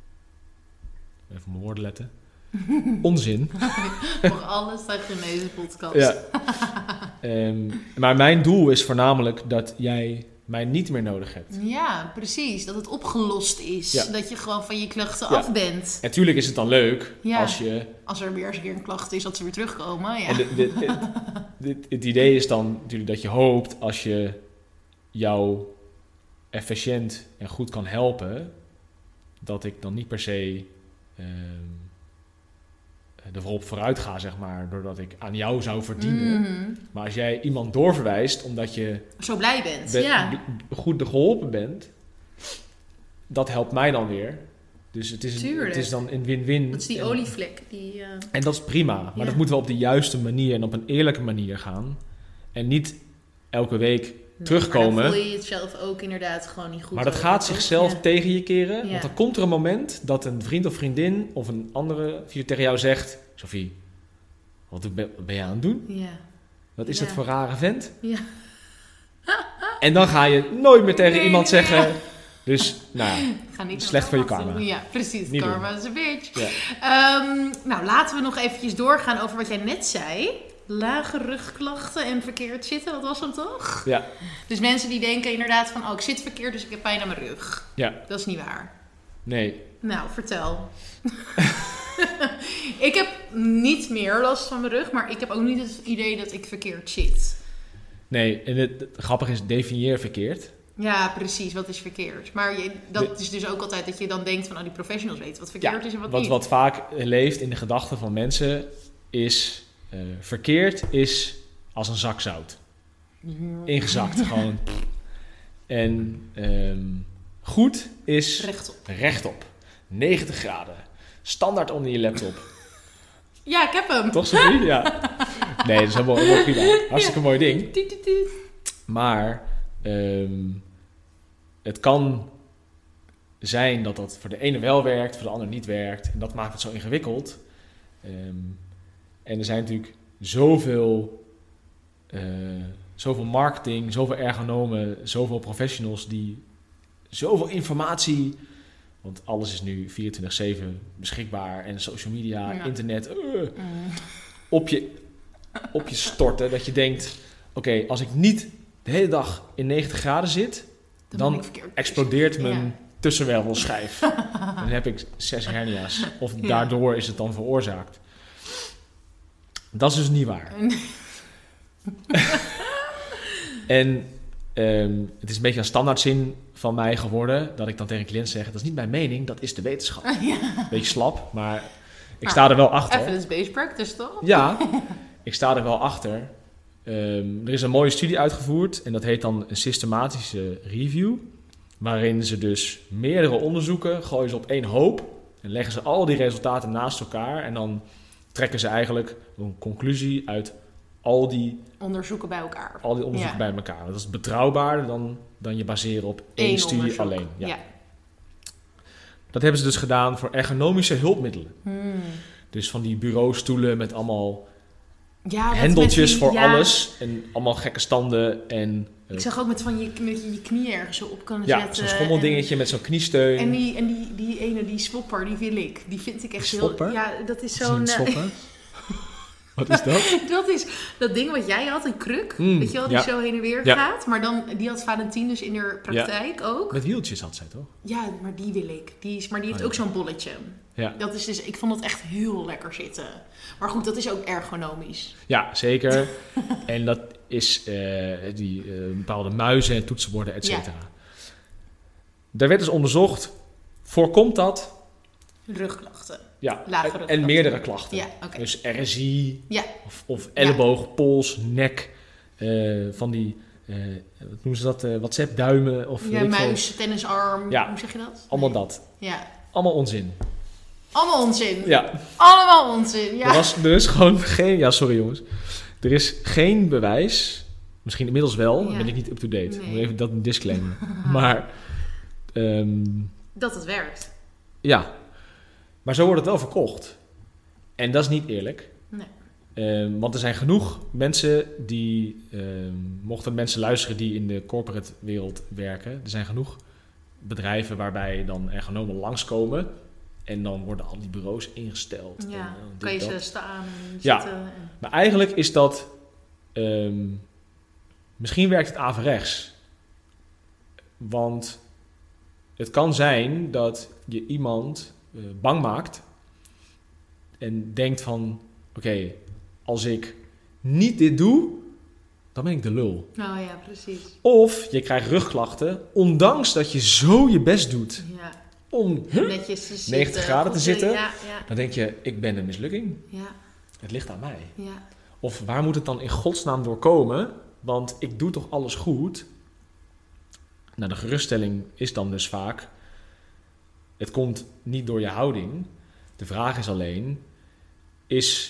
even op mijn woorden letten, onzin. Mag alles zeggen in deze podcast. Ja. Maar mijn doel is voornamelijk dat jij mij niet meer nodig hebt. Ja, precies. Dat het opgelost is. Ja. Dat je gewoon van je klachten Ja. af bent. En natuurlijk is het dan leuk Ja. als je... Als er weer eens een keer een klacht is, dat ze weer terugkomen. Ja. En het idee is dan natuurlijk dat je hoopt als je jou efficiënt en goed kan helpen, dat ik dan niet per se erop vooruit ga, zeg maar, doordat ik aan jou zou verdienen. Mhm. Maar als jij iemand doorverwijst omdat je Zo blij bent. Ja. goed geholpen bent, dat helpt mij dan weer. Dus het Tuurlijk. is dan een win-win. Dat is die olievlek. Die, En dat is prima, maar Ja. dat moet wel op de juiste manier en op een eerlijke manier gaan. En niet elke week terugkomen. Maar dan voel je het zelf ook inderdaad gewoon niet goed. Maar dat over, gaat toch? zichzelf Ja. tegen je keren. Ja. Want dan komt er een moment dat een vriend of vriendin of een andere fysio tegen jou zegt, Sophie, wat ben je aan het doen? Ja. Wat is Ja. dat voor rare vent? Ja. En dan ga je nooit meer tegen Nee, iemand nee. zeggen. Dus, nou ja, Ga niet Slecht voor je karma karma. doen. Ja, precies. Niet Karma is een bitch. ja. Nou, laten we nog eventjes doorgaan over wat jij net zei. Lage rugklachten en verkeerd zitten, dat was hem toch? Ja. Dus mensen die denken inderdaad van, oh, ik zit verkeerd, dus ik heb pijn aan mijn rug. Ja, Dat is niet waar. nee. Nou, vertel. Ik heb niet meer last van mijn rug, maar ik heb ook niet het idee dat ik verkeerd zit. Nee, en het grappige is, definieer verkeerd. Ja, precies. Wat is verkeerd? Maar dat is dus ook altijd dat je dan denkt van, oh, die professionals weten wat verkeerd is en wat niet. Wat vaak leeft in de gedachten van mensen is, verkeerd is als een zak zout. Ingezakt, gewoon. En goed is Rechtop. rechtop. 90 graden. standaard onder je laptop. Ja, ik heb hem. Toch, Sophie? Ja. Nee, dat is helemaal prima. Hartstikke mooi ding. Maar het kan zijn dat dat voor de ene wel werkt, voor de ander niet werkt. En dat maakt het zo ingewikkeld. En er zijn natuurlijk zoveel marketing, zoveel ergonomen, zoveel professionals die zoveel informatie, want alles is nu 24/7 beschikbaar en social media, internet, op je storten. Dat je denkt, oké, als ik niet de hele dag in 90 graden zit, dan explodeert mijn tussenwervelschijf. Dan heb ik 6 hernia's. Of daardoor is het dan veroorzaakt. Dat is dus niet waar. En het is een beetje een standaardzin van mij geworden, dat ik dan tegen cliënten zeg, dat is niet mijn mening, dat is de wetenschap. Beetje slap, maar ik sta er wel achter. Evidence-based practice, toch? Ja, ik sta er wel achter. Er is een mooie studie uitgevoerd en dat heet dan een systematische review, waarin ze dus meerdere onderzoeken gooien ze op één hoop en leggen ze al die resultaten naast elkaar en dan trekken ze eigenlijk een conclusie uit al die onderzoeken bij elkaar. Al die onderzoeken bij elkaar. Dat is betrouwbaarder dan je baseren op één studie onderzoek. Alleen. Ja. Dat hebben ze dus gedaan voor ergonomische hulpmiddelen. Dus van die bureaustoelen met allemaal hendeltjes voor alles. En allemaal gekke standen. En, ik zag ook met je knie ergens zo op kunnen zetten. Zo'n schommeldingetje met zo'n kniesteun. En die ene, die swapper, die wil ik. Die vind ik echt heel... Ja, dat is zo'n... Wat is dat? Dat is dat ding wat jij had, een kruk. Weet je wel, die zo heen en weer gaat. Maar dan, die had Valentin dus in haar praktijk ook. Met wieltjes had zij toch? Ja, maar die wil ik. Maar die heeft ook zo'n bolletje. Ja. Dat is dus, ik vond het echt heel lekker zitten. Maar goed, dat is ook ergonomisch. Ja, zeker. En dat is bepaalde muizen en toetsenborden, et cetera. Ja. Daar werd dus onderzocht, voorkomt dat... Rugklachten. Ja, en meerdere klachten. Ja, okay. Dus RSI of elleboog, pols, nek, van die, wat noemen ze dat, WhatsApp-duimen. Of muis, tennisarm, hoe zeg je dat? Allemaal dat. Ja. Allemaal onzin. Allemaal onzin? Ja. Allemaal onzin, ja. Er is gewoon geen, sorry jongens. Er is geen bewijs, misschien inmiddels wel, dan ben ik niet up-to-date. Nee. Even dat een disclaimer. Maar... dat het werkt. Ja. Maar zo wordt het wel verkocht. En dat is niet eerlijk. Nee. Want er zijn genoeg mensen die... mochten mensen luisteren die in de corporate wereld werken. Er zijn genoeg bedrijven waarbij dan ergonomen langskomen. En dan worden al die bureaus ingesteld. Ja, en kan je ze staan en ja. zitten. Maar eigenlijk is dat... misschien werkt het averechts. Want het kan zijn dat je iemand... bang maakt en denkt van oké, als ik niet dit doe, dan ben ik de lul. Nou ja, precies. Of je krijgt rugklachten, ondanks dat je zo je best doet om netjes te 90 graden te zitten, ja. Dan denk je, ik ben een mislukking. Ja. Het ligt aan mij. Ja. Of waar moet het dan in godsnaam doorkomen? Want ik doe toch alles goed? Nou, de geruststelling is dan dus vaak... Het komt niet door je houding. De vraag is alleen... Is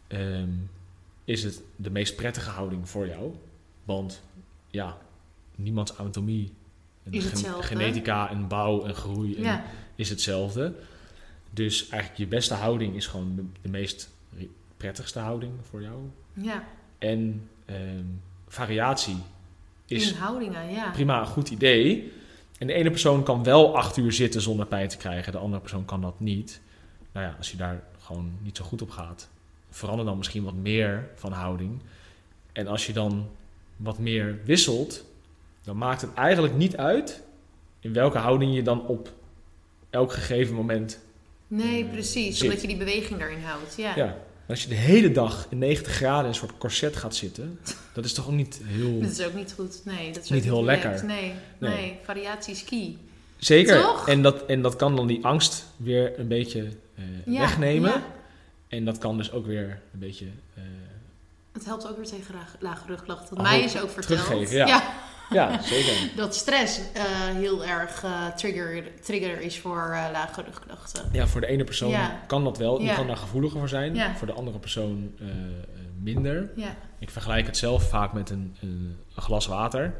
het de meest prettige houding voor jou? Want niemands anatomie... genetica en bouw en groei is hetzelfde. Dus eigenlijk je beste houding is gewoon de meest prettigste houding voor jou. Ja. En variatie is in houdingen, prima een goed idee... En de ene persoon kan wel 8 uur zitten zonder pijn te krijgen. De andere persoon kan dat niet. Nou ja, als je daar gewoon niet zo goed op gaat... verander dan misschien wat meer van houding. En als je dan wat meer wisselt... dan maakt het eigenlijk niet uit... in welke houding je dan op elk gegeven moment Nee, precies. zit. Omdat je die beweging daarin houdt. Ja. Als je de hele dag in 90 graden in een soort corset gaat zitten... dat is toch ook niet heel... Dat is ook niet goed. Nee, dat is niet ook heel niet lekker. Nee, variatie is key. Zeker. Toch? En dat kan dan die angst weer een beetje wegnemen. Ja. En dat kan dus ook weer een beetje... het helpt ook weer tegen lage rugklachten. Mij is ook verteld. Teruggeven, ja. Ja, zeker. Dat stress heel erg trigger is voor lage rugklachten. Ja, voor de ene persoon kan dat wel. Die kan daar gevoeliger voor zijn. Ja. Voor de andere persoon minder. Ja. Ik vergelijk het zelf vaak met een glas water.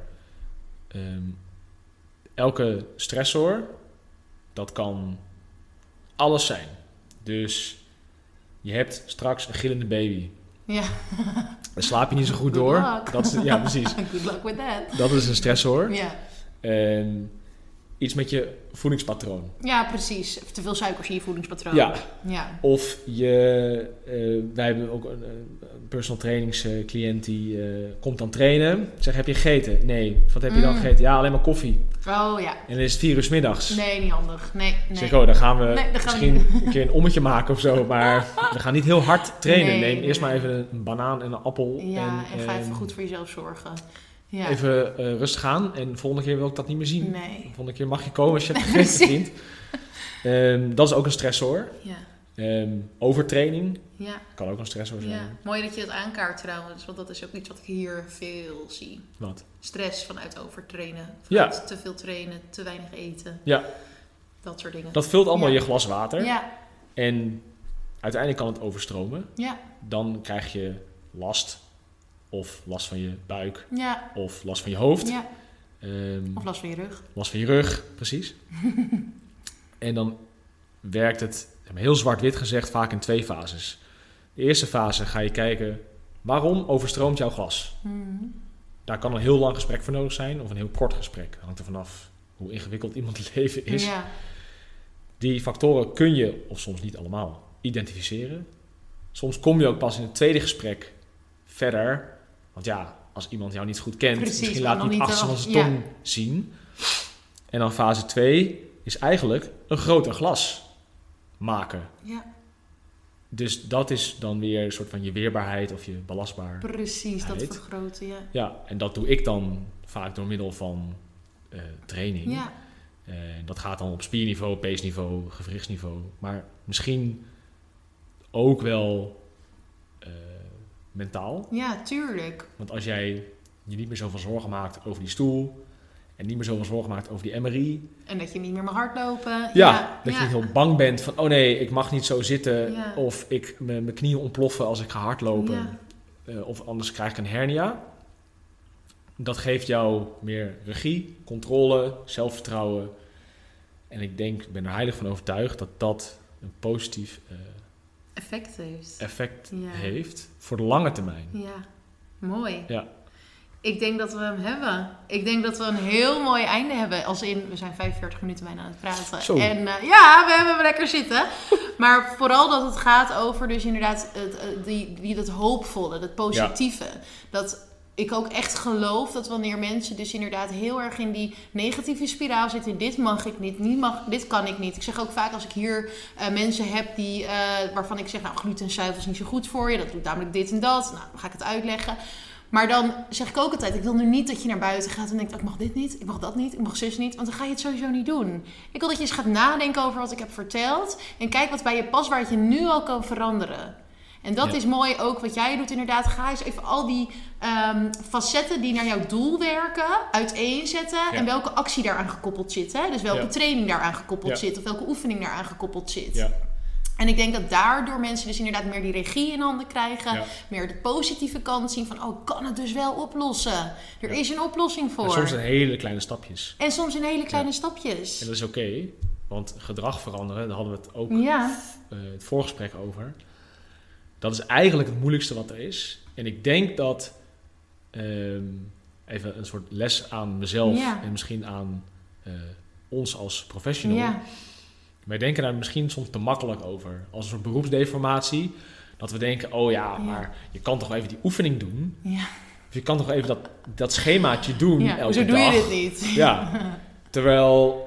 Elke stressor, dat kan alles zijn. Dus je hebt straks een gillende baby. Ja. Dan slaap je niet zo goed Good door. luck. Dat is, ja, precies. Good luck with that. Dat is een stressor. Ja. Iets met je voedingspatroon. Ja, precies. Te veel suikers in je voedingspatroon. Ja. Ja. Of wij hebben ook een personal trainingscliënt die komt dan trainen. Zeg, heb je gegeten? Nee. Wat heb je dan gegeten? Ja, alleen maar koffie. Oh ja. En dan is het 4 uur 's middags. Nee, niet handig. Nee. Zeg, dan gaan we misschien een keer een ommetje maken of zo. Maar we gaan niet heel hard trainen. Neem eerst maar even een banaan en een appel. Ja, en ga even goed voor jezelf zorgen. Ja. Even rustig aan. En de volgende keer wil ik dat niet meer zien. Nee. De volgende keer mag je komen als je hebt gegeten, vriend. Dat is ook een stressor. Ja. Overtraining Ja. kan ook een stressor zijn. Ja. Mooi dat je het aankaart trouwens, want dat is ook iets wat ik hier veel zie. Wat? Stress vanuit overtrainen, Ja. vanuit te veel trainen, te weinig eten. Ja. Dat soort dingen. Dat vult allemaal je glas water. Ja. En uiteindelijk kan het overstromen. Ja. Dan krijg je last. Of last van je buik. Ja. Of last van je hoofd. Ja. Of last van je rug. Last van je rug, precies. En dan werkt het, heel zwart-wit gezegd, vaak in 2 fases. De eerste fase ga je kijken, waarom overstroomt jouw glas? Daar kan een heel lang gesprek voor nodig zijn, of een heel kort gesprek. Hangt er vanaf hoe ingewikkeld iemands leven is. Ja. Die factoren kun je, of soms niet allemaal, identificeren. Soms kom je ook pas in het tweede gesprek verder. Want ja, als iemand jou niet goed kent, precies, misschien laat niet achter van zijn tong zien. En dan fase 2 is eigenlijk een groter glas maken. Ja. Dus dat is dan weer een soort van je weerbaarheid of je belastbaarheid. Precies, dat vergroten, ja. Ja, en dat doe ik dan vaak door middel van training. Ja. Dat gaat dan op spierniveau, peesniveau, gewrichtsniveau. Maar misschien ook wel mentaal. Ja, tuurlijk. Want als jij je niet meer zoveel zorgen maakt over die stoel en niet meer zoveel zorgen maakt over die MRI. En dat je niet meer mag hardlopen. Ja, dat je niet heel bang bent van, oh nee, ik mag niet zo zitten. Ja. Of mijn knieën ontploffen als ik ga hardlopen. Ja. Of anders krijg ik een hernia. Dat geeft jou meer regie, controle, zelfvertrouwen. En ik ben er heilig van overtuigd dat dat een positief effect heeft voor de lange termijn. Ja, mooi. Ja. Ik denk dat we hem hebben. Ik denk dat we een heel mooi einde hebben. Als in, we zijn 45 minuten bijna aan het praten. Zo. En we hebben hem lekker zitten. Maar vooral dat het gaat over dus inderdaad dat hoopvolle, dat positieve. Ja. Dat ik ook echt geloof dat wanneer mensen dus inderdaad heel erg in die negatieve spiraal zitten. Dit mag ik niet, dit kan ik niet. Ik zeg ook vaak als ik hier mensen heb die, waarvan ik zeg, nou gluten en zuivel is niet zo goed voor je. Dat doet namelijk dit en dat. Nou, dan ga ik het uitleggen. Maar dan zeg ik ook altijd, ik wil nu niet dat je naar buiten gaat en denkt, ik mag dit niet, ik mag dat niet, ik mag zus niet. Want dan ga je het sowieso niet doen. Ik wil dat je eens gaat nadenken over wat ik heb verteld. En kijk wat bij je past, waar je nu al kan veranderen. En dat is mooi ook wat jij doet inderdaad. Ga eens even al die facetten die naar jouw doel werken uiteenzetten. Ja. En welke actie daaraan gekoppeld zit. Hè? Dus welke training daaraan gekoppeld zit. Of welke oefening daaraan gekoppeld zit. Ja. En ik denk dat daardoor mensen dus inderdaad meer die regie in handen krijgen. Ja. Meer de positieve kant zien van, ik kan het dus wel oplossen. Er is een oplossing voor. En soms in hele kleine stapjes. Stapjes. En dat is oké, want gedrag veranderen, daar hadden we het ook het voorgesprek over. Dat is eigenlijk het moeilijkste wat er is. En ik denk dat, even een soort les aan mezelf en misschien aan ons als professional. Ja. Wij denken daar misschien soms te makkelijk over. Als een soort beroepsdeformatie. Dat we denken, maar je kan toch wel even die oefening doen. Ja. Of je kan toch wel even dat schemaatje doen elke dag. Zo doe je dit niet. Ja. Terwijl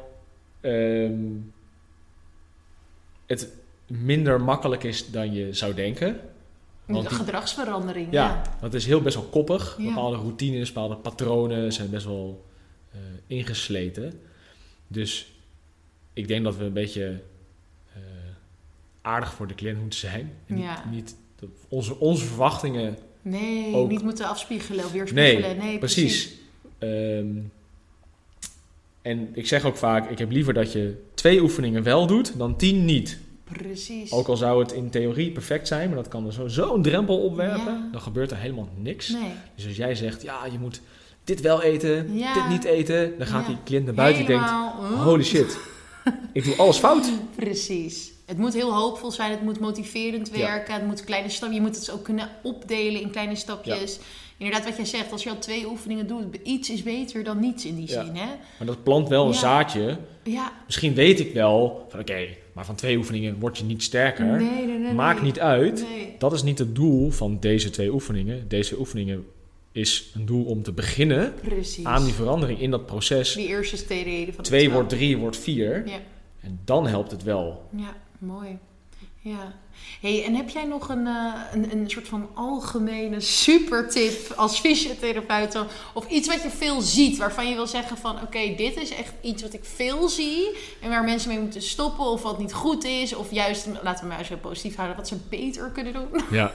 het minder makkelijk is dan je zou denken. Want gedragsverandering. Ja, dat is heel best wel koppig. Ja. Bepaalde routines, bepaalde patronen zijn best wel ingesleten. Dus ik denk dat we een beetje aardig voor de cliënt moeten zijn. En niet onze verwachtingen niet moeten afspiegelen of weerspiegelen. Nee, precies. En ik zeg ook vaak, ik heb liever dat je 2 oefeningen wel doet dan 10 niet. Precies. Ook al zou het in theorie perfect zijn, maar dat kan er zo'n drempel opwerpen. Ja. Dan gebeurt er helemaal niks. Nee. Dus als jij zegt, ja, je moet dit wel eten, Ja. dit niet eten. Dan gaat Ja. die cliënt naar buiten en Helemaal, denkt, holy shit, ik doe alles fout. Precies. Het moet heel hoopvol zijn, het moet motiverend werken, het moet kleine stapjes. Je moet het ook kunnen opdelen in kleine stapjes. Ja. Inderdaad, wat jij zegt, als je al 2 oefeningen doet, iets is beter dan niets in die zin. Hè? Maar dat plant wel een zaadje. Ja. Misschien weet ik wel van oké, maar van 2 oefeningen word je niet sterker. Nee. Maakt niet uit. Nee. Dat is niet het doel van deze 2 oefeningen. Deze oefeningen is een doel om te beginnen aan die verandering in dat proces. Die eerste steden van 2 wordt 3, wordt 4. Ja. En dan helpt het wel. Ja, mooi. Ja. Hey, en heb jij nog een soort van algemene supertip als fysiotherapeut? Of iets wat je veel ziet, waarvan je wil zeggen van oké, dit is echt iets wat ik veel zie. En waar mensen mee moeten stoppen of wat niet goed is. Of juist, laten we maar eens heel positief houden, wat ze beter kunnen doen. Ja.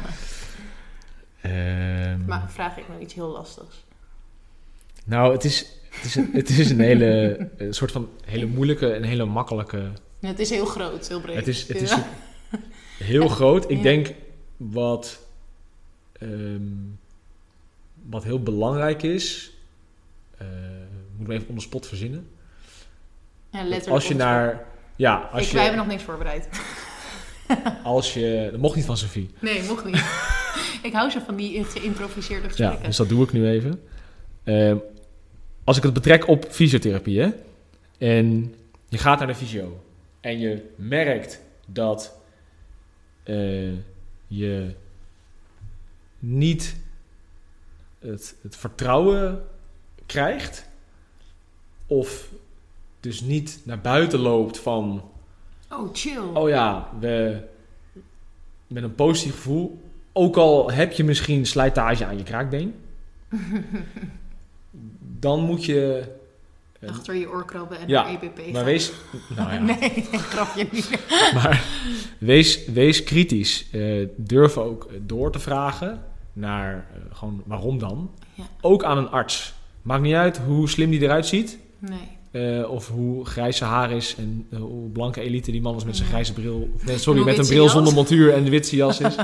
Maar vraag ik nou iets heel lastigs? Nou, het is een hele een soort van hele moeilijke en hele makkelijke. Ja, het is heel groot, heel breed. Het is heel groot. Ik denk wat heel belangrijk is. Moet ik even on the spot verzinnen. Ja, letterlijk. Als je naar. Ja, als wij hebben nog niks voorbereid. Dat mocht niet van Sophie. Nee, mocht niet. Ik hou zo van die geïmproviseerde gesprekken. Ja, dus dat doe ik nu even. Als ik het betrek op fysiotherapie, hè, en je gaat naar de fysio en je merkt dat je niet het vertrouwen krijgt, of dus niet naar buiten loopt van oh, chill. Oh ja, met een positief gevoel, ook al heb je misschien slijtage aan je kraakbeen, dan moet je achter je oor krabben en naar EBP gaan. Maar wees... Nou ja. Nee, grapje niet. Maar wees kritisch. Durf ook door te vragen naar gewoon waarom dan. Ja. Ook aan een arts. Maakt niet uit hoe slim die eruit ziet. Nee. Of hoe grijs zijn haar is en hoe blanke elite die man was met zijn grijze bril. Met een bril jas. zonder montuur en de witse jas is.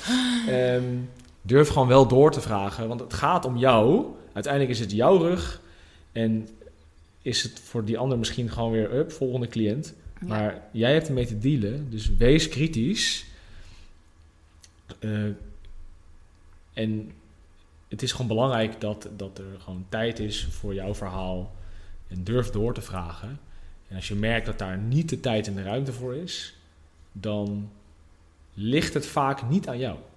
Durf gewoon wel door te vragen. Want het gaat om jou. Uiteindelijk is het jouw rug. En is het voor die ander misschien gewoon weer volgende cliënt. Ja. Maar jij hebt ermee te dealen. Dus wees kritisch. En het is gewoon belangrijk dat er gewoon tijd is voor jouw verhaal. En durf door te vragen. En als je merkt dat daar niet de tijd en de ruimte voor is, dan ligt het vaak niet aan jou.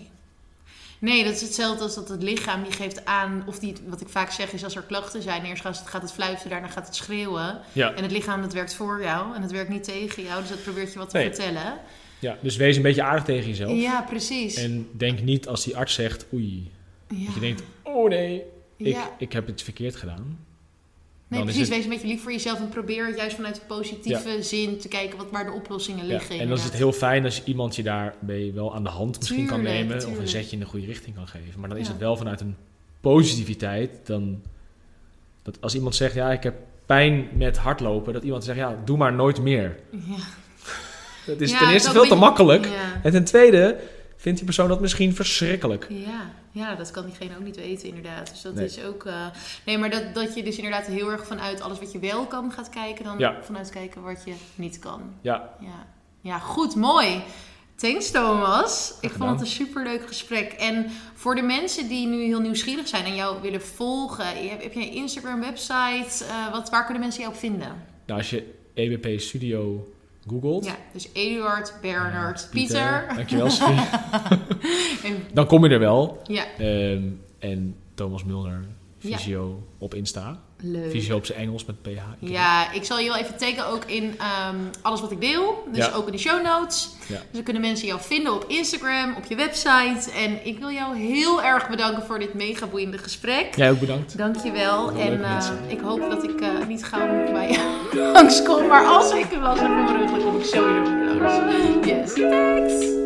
Nee, dat is hetzelfde als dat het lichaam die geeft aan, of wat ik vaak zeg is als er klachten zijn, eerst gaat het fluiten, daarna gaat het schreeuwen. Ja. En het lichaam dat werkt voor jou en het werkt niet tegen jou, dus dat probeert je wat te vertellen. Ja, dus wees een beetje aardig tegen jezelf. Ja, precies. En denk niet als die arts zegt, oei, dat je denkt, oh nee, ik heb het verkeerd gedaan. Nee, precies. Wees een beetje lief voor jezelf en probeer het juist vanuit de positieve zin te kijken waar de oplossingen liggen. En dan is het heel fijn als iemand je daarbij wel aan de hand misschien kan nemen. Of een zetje in de goede richting kan geven. Maar dan is het wel vanuit een positiviteit. Dan, dat als iemand zegt, ja, ik heb pijn met hardlopen. Dat iemand zegt, ja, doe maar nooit meer. Ja. Dat is ten eerste veel te makkelijk. Ja. En ten tweede vindt die persoon dat misschien verschrikkelijk. Ja, dat kan diegene ook niet weten inderdaad. Dus dat is ook... Nee, maar dat je dus inderdaad heel erg vanuit alles wat je wel kan gaat kijken... dan vanuit kijken wat je niet kan. Ja, goed, mooi. Thanks, Thomas. Ik vond het een superleuk gesprek. En voor de mensen die nu heel nieuwsgierig zijn en jou willen volgen... heb jij een Instagram, website? Waar kunnen mensen jou op vinden? Nou, als je EBP Studio... googelt. Ja, dus Eduard, Bernard, Pieter. Dankjewel, Sophie. Dan kom je er wel. Ja. En Thomas Mulder, fysio op Insta. Leuk. Fysio op zijn Engels met PH. Ja, ik zal je wel even taggen ook in alles wat ik deel. Dus ook in de show notes. Ja. Dus dan kunnen mensen jou vinden op Instagram, op je website. En ik wil jou heel erg bedanken voor dit mega boeiende gesprek. Jij ook bedankt. Dankjewel. En ik hoop dat ik niet gauw bij je langskom. Maar als ik hem was op mijn rug, dan kom ik zo weer langs. Yes, thanks.